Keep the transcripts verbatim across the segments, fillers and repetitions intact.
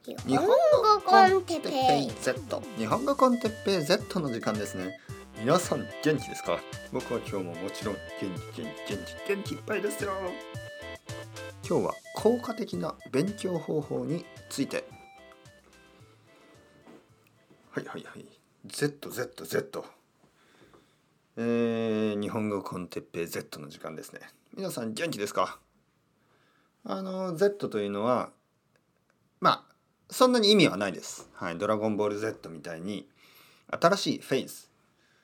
日本語コンテッペイ Z 日本語コンテッペイ Z の時間ですね。皆さん元気ですか？僕は今日ももちろん元気元気元気元気いっぱいですよ。今日は効果的な勉強方法について。はいはいはい ZZZ えー、日本語コンテッペイ Z の時間ですね。皆さん元気ですか？あの Z というのはまあそんなに意味はないです。はい、ドラゴンボール Z みたいに新しいフェーズ。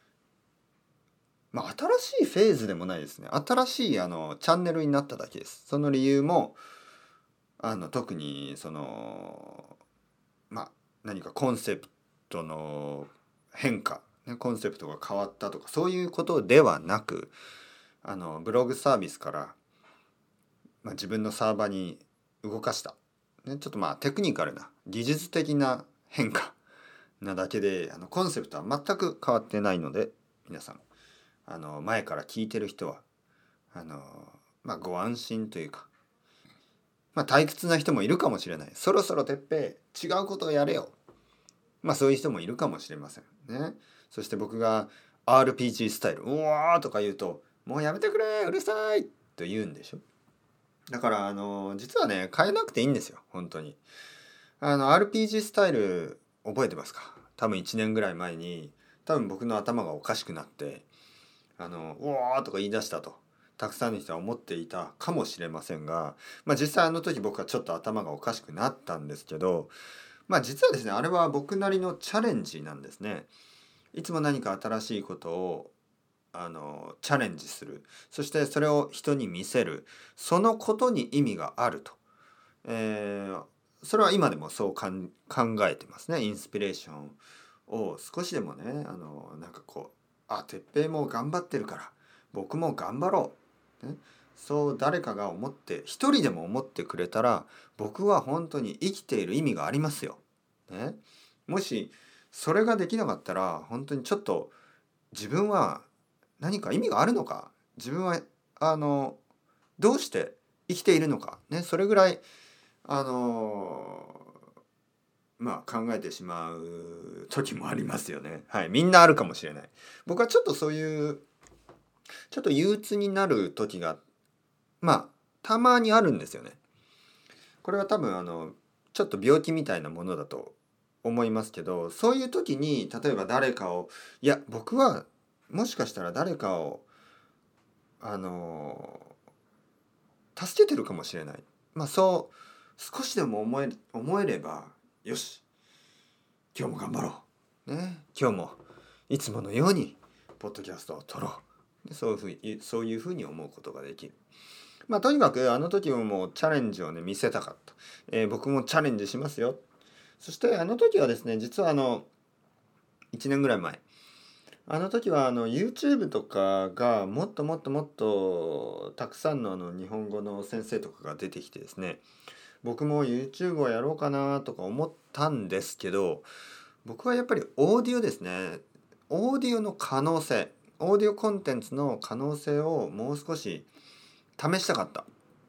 まあ新しいフェーズでもないですね。新しいあのチャンネルになっただけです。その理由もあの特にそのまあ何かコンセプトの変化、ね、コンセプトが変わったとかそういうことではなく、あのブログサービスから、まあ、自分のサーバーに動かした。ね、ちょっとまあテクニカルな技術的な変化なだけで、あのコンセプトは全く変わってないので、皆さんあの前から聞いてる人はあの、まあ、ご安心というか、まあ、退屈な人もいるかもしれない。そろそろてっぺい違うことをやれよ。まあそういう人もいるかもしれませんね。そして僕が アールピージー スタイルうわーとか言うと、もうやめてくれうるさいと言うんでしょ。だからあの実はね変えなくていいんですよ本当に。あの アールピージー スタイル覚えてますか？多分いちねんぐらい前に多分僕の頭がおかしくなってあのうわーとか言い出したとたくさんの人は思っていたかもしれませんが、まあ実際あの時僕はちょっと頭がおかしくなったんですけど、まあ実はですねあれは僕なりのチャレンジなんですね。いつも何か新しいことをあのチャレンジする、そしてそれを人に見せる、そのことに意味があると、えー、それは今でもそうかん考えてますね。インスピレーションを少しでもね、あのなんかこうあてっぺいも頑張ってるから僕も頑張ろう、ね、そう誰かが思って一人でも思ってくれたら僕は本当に生きている意味がありますよ、ね、もしそれができなかったら本当にちょっと自分は何か意味があるのか、自分はあのどうして生きているのか、ね、それぐらいあのまあ考えてしまう時もありますよね。はい、みんなあるかもしれない。僕はちょっとそういうちょっと憂鬱になる時がまあたまにあるんですよね。これは多分あのちょっと病気みたいなものだと思いますけど、そういう時に例えば誰かをいや僕はもしかしたら誰かをあの助けてるかもしれない。まあそう少しでも思え思えればよし今日も頑張ろう、ね、今日もいつものようにポッドキャストを撮ろう、そういうふうにそういうふうに思うことができる。まあとにかくあの時ももうチャレンジをね見せたかった、えー、僕もチャレンジしますよ。そしてあの時はですね実はあのいちねんぐらい前あの時はあの YouTube とかがもっともっともっとたくさんのあの日本語の先生とかが出てきてですね、僕も YouTube をやろうかなとか思ったんですけど、僕はやっぱりオーディオですね。オーディオの可能性、オーディオコンテンツの可能性をもう少し試したかった。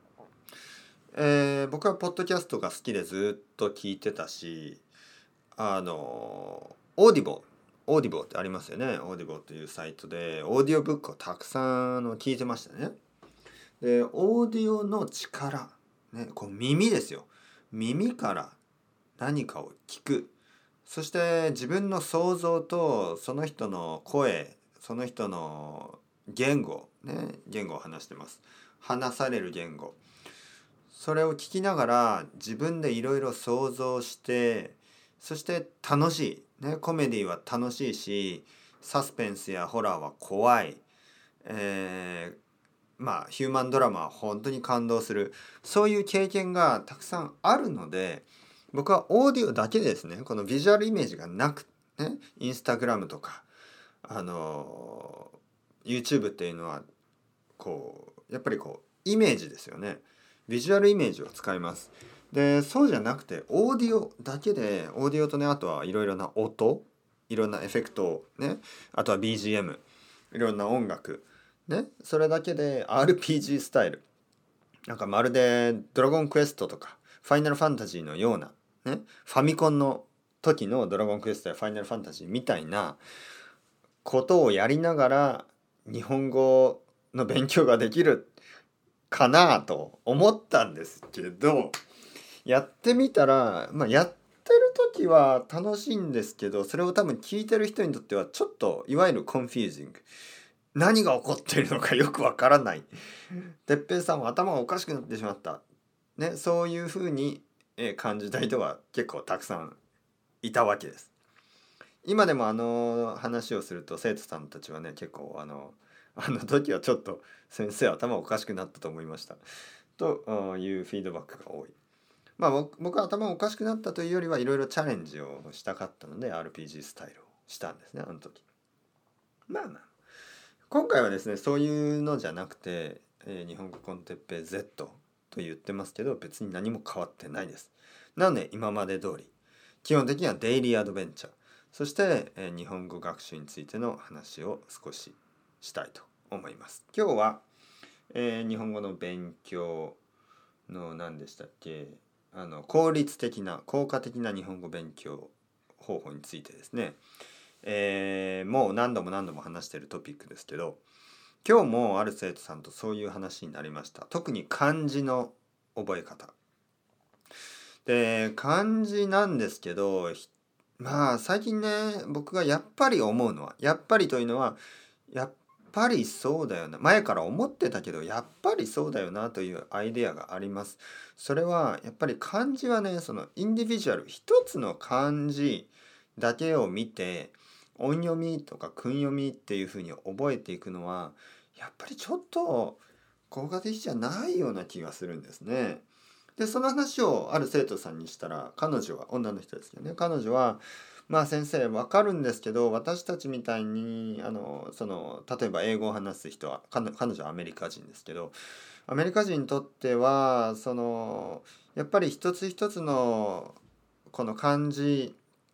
えー、僕はポッドキャストが好きでずっと聞いてたし、あのオーディボオーディボってありますよね。オーディボというサイトでオーディオブックをたくさんあの聞いてましたね。でオーディオの力、ね、こう耳ですよ。耳から何かを聞く、そして自分の想像とその人の声、その人の言語、ね、言語を話してます。話される言語、それを聞きながら自分でいろいろ想像して、そして楽しい、ね、コメディは楽しいし、サスペンスやホラーは怖い、えー、まあヒューマンドラマは本当に感動する、そういう経験がたくさんあるので、僕はオーディオだけでですね、このビジュアルイメージがなく、ね、インスタグラムとかあの YouTube っていうのはこうやっぱりこうイメージですよね。ビジュアルイメージを使います。でそうじゃなくてオーディオだけで、オーディオとね、あとはいろいろな音、いろんなエフェクトね、あとは ビージーエム、 いろんな音楽ね、それだけで アールピージー スタイル、なんかまるでドラゴンクエストとかファイナルファンタジーのようなね、ファミコンの時のドラゴンクエストやファイナルファンタジーみたいなことをやりながら日本語の勉強ができるかなと思ったんですけど、やってみたら、まあ、やってる時は楽しいんですけど、それを多分聞いてる人にとってはちょっといわゆるコンフュージング、何が起こっているのかよくわからない、哲平さんは頭がおかしくなってしまった、ね、そういうふうにえ感じた人は結構たくさんいたわけです。今でもあの話をすると生徒さんたちはね、結構あのあの時はちょっと先生頭おかしくなったと思いましたというフィードバックが多い。まあ僕僕は頭おかしくなったというよりはいろいろチャレンジをしたかったので アールピージー スタイルをしたんですね、あの時。まあまあ今回はですね、そういうのじゃなくて、えー日本語コンテッペイ Z と言ってますけど、別に何も変わってないです。なので今まで通り基本的にはデイリーアドベンチャー、そして、えー日本語学習についての話を少ししたいと思います。今日は、えー日本語の勉強の何でしたっけ、あの効率的な効果的な日本語勉強方法についてですね、えーもう何度も何度も話しているトピックですけど、今日もある生徒さんとそういう話になりました。特に漢字の覚え方で、漢字なんですけど、ひまあ最近ね、僕がやっぱり思うのは、やっぱりというのは、やっぱりそうだよな、前から思ってたけどやっぱりそうだよなというアイデアがあります。それはやっぱり漢字はね、そのインディビジュアル一つの漢字だけを見て音読みとか訓読みっていうふうに覚えていくのはやっぱりちょっと効果的じゃないような気がするんですね。でその話をある生徒さんにしたら、彼女は女の人ですよね、彼女はまあ先生わかるんですけど、私たちみたいにあのその例えば英語を話す人は、彼彼女はアメリカ人ですけど、アメリカ人にとってはそのやっぱり一つ一つのこの漢字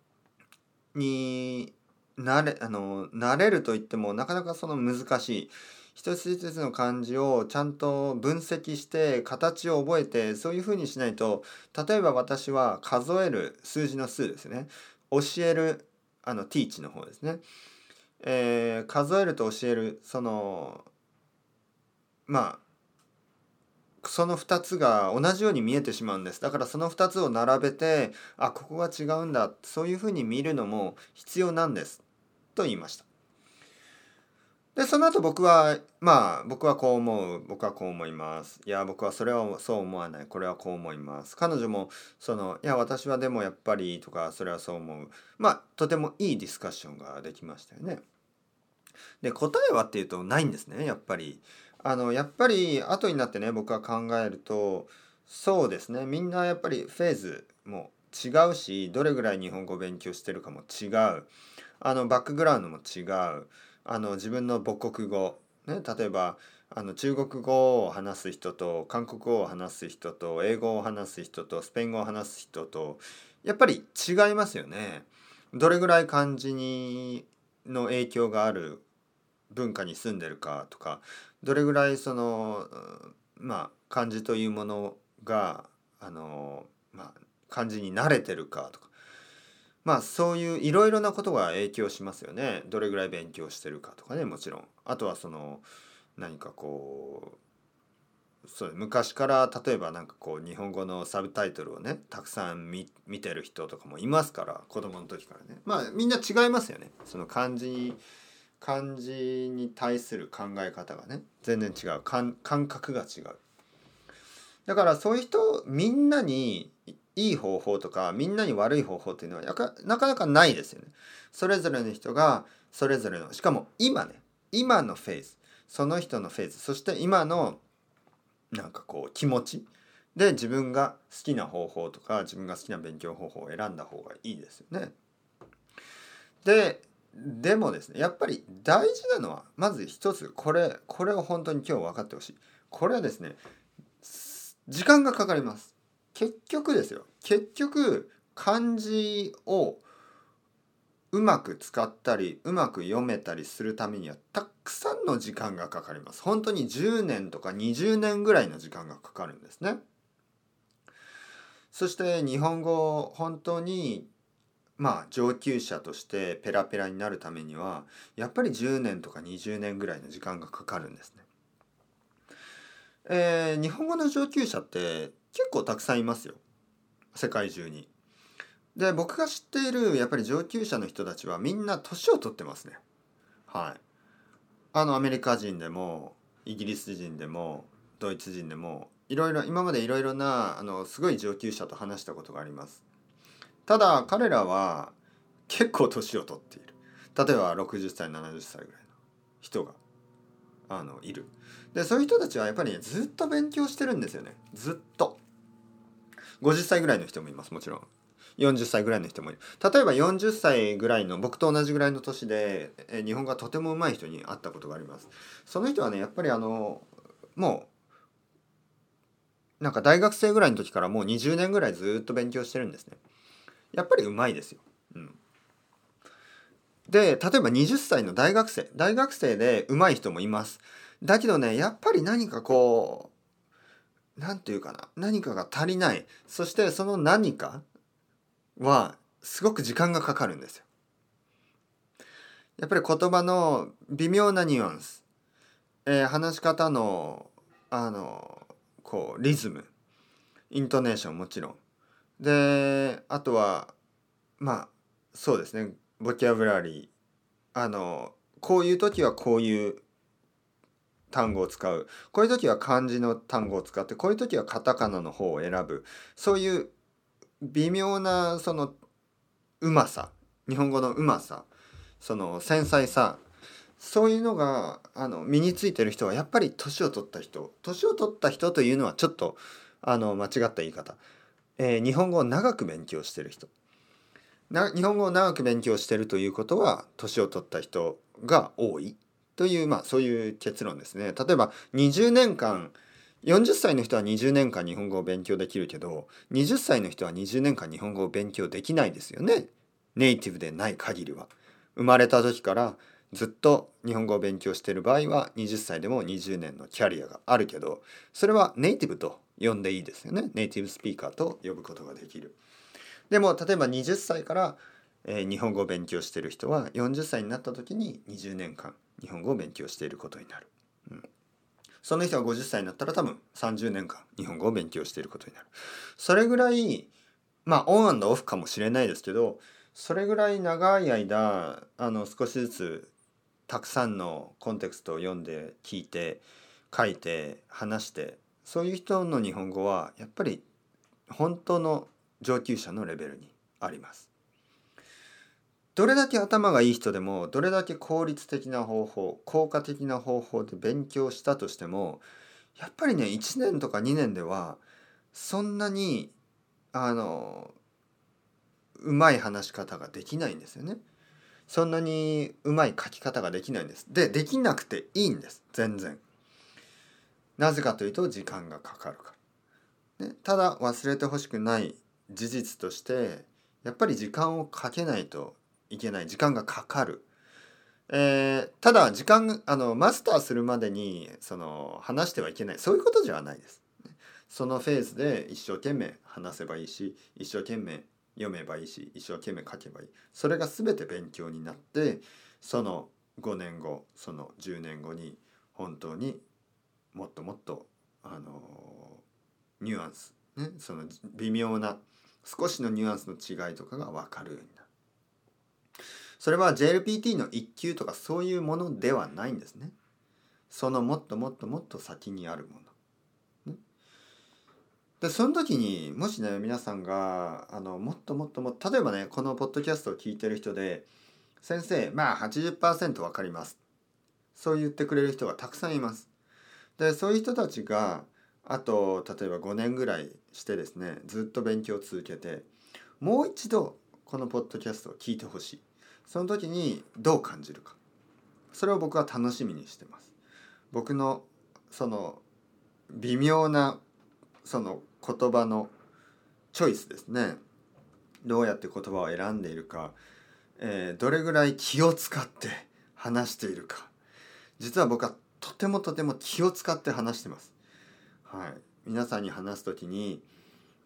になれあの慣れるといってもなかなかその難しい、一つ一つの漢字をちゃんと分析して形を覚えて、そういうふうにしないと、例えば私は数える数字の数ですね、教えるあの teach の方ですね、えー数えると教える、そのまあそのふたつが同じように見えてしまうんです。だからそのふたつを並べて、あ、ここが違うんだ、そういうふうに見るのも必要なんですと言いました。で、その後僕は、まあ、僕はこう思う、僕はこう思います。いや、僕はそれはそう思わない、これはこう思います。彼女も、その、いや、私はでもやっぱりとか、それはそう思う。まあ、とてもいいディスカッションができましたよね。で、答えはっていうとないんですね、やっぱり。あの、やっぱり、後になってね、僕は考えると、そうですね、みんなやっぱりフェーズも違うし、どれぐらい日本語を勉強してるかも違う。あのバックグラウンドも違う。あの自分の母国語、ね、例えばあの中国語を話す人と韓国語を話す人と英語を話す人とスペイン語を話す人とやっぱり違いますよね。どれぐらい漢字にの影響がある文化に住んでるかとか、どれぐらいそのまあ漢字というものがあのまあ漢字に慣れてるかとか、まあそういういろいろなことが影響しますよね。どれぐらい勉強してるかとかね、もちろん。あとはその何かこう、そう昔から例えばなんかこう日本語のサブタイトルをねたくさん見、見てる人とかもいますから、子供の時からね。まあみんな違いますよね。その漢字漢字に対する考え方がね全然違う、感感覚が違う。だからそういう人みんなにいい方法とかみんなに悪い方法っていうのはなかなかなかないですよね。それぞれの人がそれぞれの、しかも今ね、今のフェーズ、その人のフェーズ、そして今のなんかこう気持ちで自分が好きな方法とか自分が好きな勉強方法を選んだ方がいいですよね。で、でもですね、やっぱり大事なのはまず一つ、これこれを本当に今日分かってほしい。これはですね、時間がかかります。結局ですよ。結局漢字をうまく使ったりうまく読めたりするためにはたくさんの時間がかかります。本当にじゅうねんとかにじゅうねんぐらいの時間がかかるんですね。 そして日本語を本当にまあ上級者としてペラペラになるためにはやっぱりじゅうねんとかにじゅうねんぐらいの時間がかかるんですね。えー日本語の上級者って結構たくさんいますよ、世界中に。で、僕が知っているやっぱり上級者の人たちはみんな年を取ってますね。はい。あのアメリカ人でもイギリス人でもドイツ人でもいろいろ今までいろいろなあのすごい上級者と話したことがあります。ただ彼らは結構年を取っている。例えばろくじゅっさいななじゅっさいぐらいの人があのいる。でそういう人たちはやっぱり、ね、ずっと勉強してるんですよね。ずっとごじゅっさいぐらいの人もいます。もちろんよんじゅっさいぐらいの人もいる。例えばよんじゅっさいぐらいの僕と同じぐらいの年でえ日本語がとても上手い人に会ったことがあります。その人はねやっぱりあのもうなんか大学生ぐらいの時からもうにじゅうねんぐらいずっと勉強してるんですね。やっぱり上手いですよ。うん。で、例えばはたちの大学生、大学生で上手い人もいます。だけどね、やっぱり何かこう、なんていうかな、何かが足りない。そしてその何かはすごく時間がかかるんですよ。やっぱり言葉の微妙なニュアンス、えー話し方の、あの、こう、リズム、イントネーションもちろん。で、あとは、まあ、そうですね、ボキャブラリー。あの、こういう時はこういう単語を使う。こういう時は漢字の単語を使って、こういう時はカタカナの方を選ぶ。そういう微妙なそのうまさ、日本語のうまさ、その繊細さ、そういうのがあの身についてる人はやっぱり年を取った人。年を取った人というのはちょっとあの間違った言い方。えー日本語を長く勉強してる人。な日本語を長く勉強してるということは年を取った人が多いという、まあ、そういう結論ですね。例えばにじゅうねんかんよんじゅっさいの人はにじゅうねんかん日本語を勉強できるけどはたちの人はにじゅうねんかん日本語を勉強できないですよね。ネイティブでない限りは。生まれた時からずっと日本語を勉強している場合ははたちでもにじゅうねんのキャリアがあるけどそれはネイティブと呼んでいいですよね。ネイティブスピーカーと呼ぶことができる。でも例えばはたちから、えー日本語を勉強している人はよんじゅっさいになった時ににじゅうねんかん日本語を勉強していることになる。うん、その人がごじゅっさいになったら多分さんじゅうねんかん日本語を勉強していることになる。それぐらいまあオンオフかもしれないですけどそれぐらい長い間あの少しずつたくさんのコンテクストを読んで聞いて書いて話してそういう人の日本語はやっぱり本当の上級者のレベルにあります。どれだけ頭がいい人でもどれだけ効率的な方法効果的な方法で勉強したとしてもやっぱりねいちねんとかにねんではそんなにあのうまい話し方ができないんですよね。そんなにうまい書き方ができないんです。でできなくていいんです全然。なぜかというと時間がかかるから、ね、ただ忘れてほしくない事実としてやっぱり時間をかけないといけない。時間がかかる。えーただ時間あのマスターするまでにその話してはいけないそういうことじゃないです。そのフェーズで一生懸命話せばいいし一生懸命読めばいいし一生懸命書けばいい。それが全て勉強になってそのごねんごそのじゅうねんごに本当にもっともっとあのニュアンス、ね、その微妙な少しのニュアンスの違いとかが分かるようになる。それは ジェーエルピーティー のいっ級とかそういうものではないんですね。そのもっともっともっと先にあるもの。ね、でその時にもしね皆さんがあのもっともっともっと例えばねこのポッドキャストを聞いてる人で先生まあ はちじゅっパーセント 分かりますそう言ってくれる人がたくさんいます。でそういう人たちがあと例えばごねんぐらいしてですねずっと勉強を続けてもう一度このポッドキャストを聞いてほしい。その時にどう感じるかそれを僕は楽しみにしてます。僕のその微妙なその言葉のチョイスですね。どうやって言葉を選んでいるか、えーどれぐらい気を使って話しているか。実は僕はとてもとても気を使って話してます。はい。皆さんに話すときに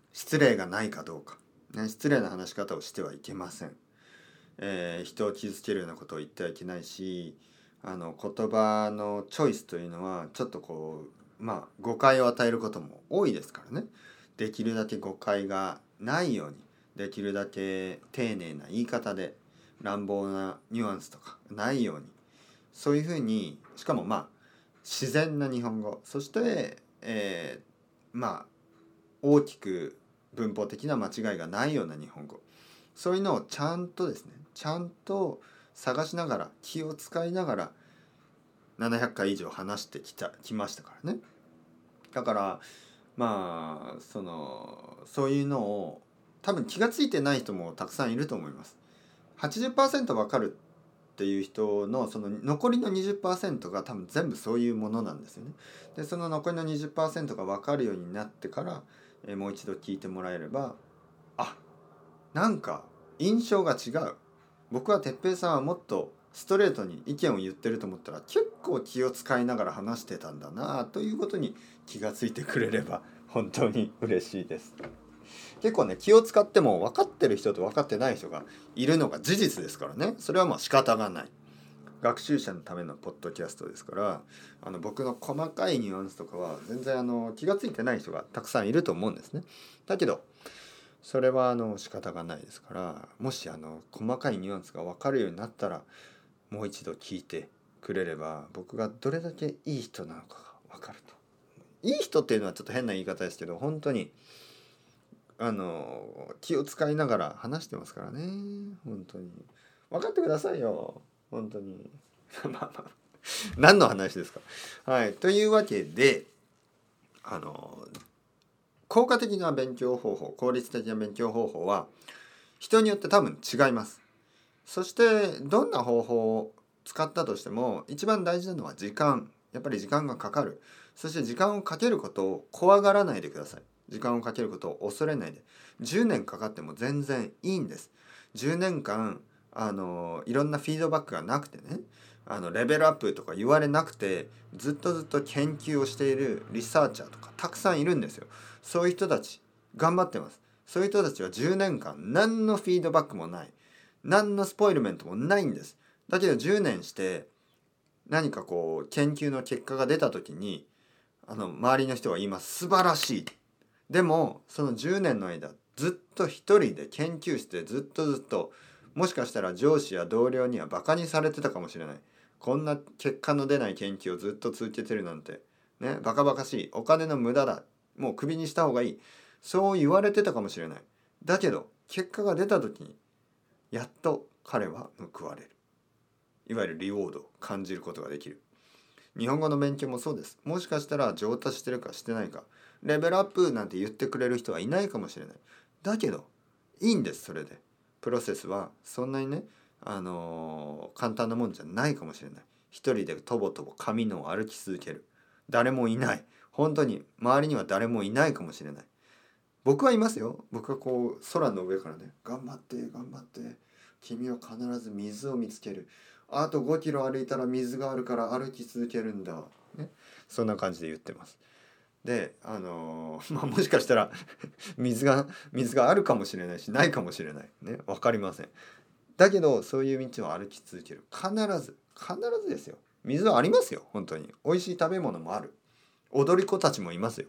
失礼がないかどうか、ね、失礼な話し方をしてはいけません。えー、人を傷つけるようなことを言ってはいけないし、あの言葉のチョイスというのはちょっとこうまあ誤解を与えることも多いですからね。できるだけ誤解がないように、できるだけ丁寧な言い方で乱暴なニュアンスとかないように、そういうふうに、しかもまあ自然な日本語、そして、えー、まあ大きく文法的な間違いがないような日本語、そういうのをちゃんとですねちゃんと探しながら、気を使いながらななひゃっかい以上話してきたきましたからね。だからまあそのそういうのを多分気がついてない人もたくさんいると思います。はちじゅっパーセントわかるっていう人のその残りのにじゅっパーセントが多分全部そういうものなんですよね。でその残りのにじゅっパーセントがわかるようになってから、えーもう一度聞いてもらえれば、あ、なんか印象が違う、僕は哲平さんはもっとストレートに意見を言ってると思ったら結構気を使いながら話してたんだなということに気がついてくれれば本当に嬉しいです。結構ね、気を使っても分かってる人と分かってない人がいるのが事実ですからね。それはまあ仕方がない。学習者のためのポッドキャストですから、あの僕の細かいニュアンスとかは全然あの気がついてない人がたくさんいると思うんですね。だけどそれはあの仕方がないですから、もしあの細かいニュアンスが分かるようになったらもう一度聞いてくれれば、僕がどれだけいい人なのかが分かると。いい人っていうのはちょっと変な言い方ですけど、本当にあの気を使いながら話してますからね。本当に分かってくださいよ、本当にまあまあ何の話ですか。はい、というわけで、あの効果的な勉強方法、効率的な勉強方法は人によって多分違います。そしてどんな方法を使ったとしても一番大事なのは時間。やっぱり時間がかかる。そして時間をかけることを怖がらないでください。時間をかけることを恐れないで。じゅうねんかかっても全然いいんです。じゅうねんかんあのいろんなフィードバックがなくてね、あのレベルアップとか言われなくて、ずっとずっと研究をしているリサーチャーとかたくさんいるんですよ。そういう人たち頑張ってます。そういう人たちはじゅうねんかん何のフィードバックもない、何のスポイルメントもないんです。だけどじゅうねんして何かこう研究の結果が出た時に、あの周りの人は言います。素晴らしい。でもそのじゅうねんの間ずっと一人で研究してずっとずっと、もしかしたら上司や同僚にはバカにされてたかもしれない。こんな結果の出ない研究をずっと続けてるなんてね、バカバカしい、お金の無駄だ、もうクビにした方がいい、そう言われてたかもしれない。だけど結果が出た時にやっと彼は報われる。いわゆるリウォードを感じることができる。日本語の勉強もそうです。もしかしたら上達してるかしてないか、レベルアップなんて言ってくれる人はいないかもしれない。だけどいいんです。それでプロセスはそんなにね、あのー簡単なもんじゃないかもしれない。一人でとぼとぼ紙のを歩き続ける、誰もいない、本当に周りには誰もいないかもしれない。僕はいますよ。僕はこう空の上からね、頑張って頑張って、君は必ず水を見つける、あとごキロ歩いたら水があるから歩き続けるんだ、ね、そんな感じで言ってます。であのーまあもしかしたら水が水があるかもしれないしないかもしれないね、分かりません。だけどそういう道を歩き続ける。必ず必ずですよ。水はありますよ。本当に美味しい食べ物もある。踊り子たちもいますよ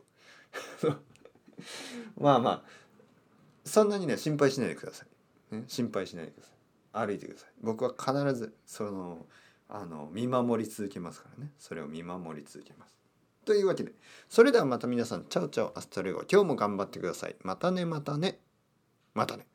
まあまあそんなにね心配しないでください、ね、心配しないでください。歩いてください。僕は必ずそのあの見守り続けますからね。それを見守り続けます。というわけで、それではまた皆さん、チャオチャオアスタレゴ、今日も頑張ってください。またねまたねまたね。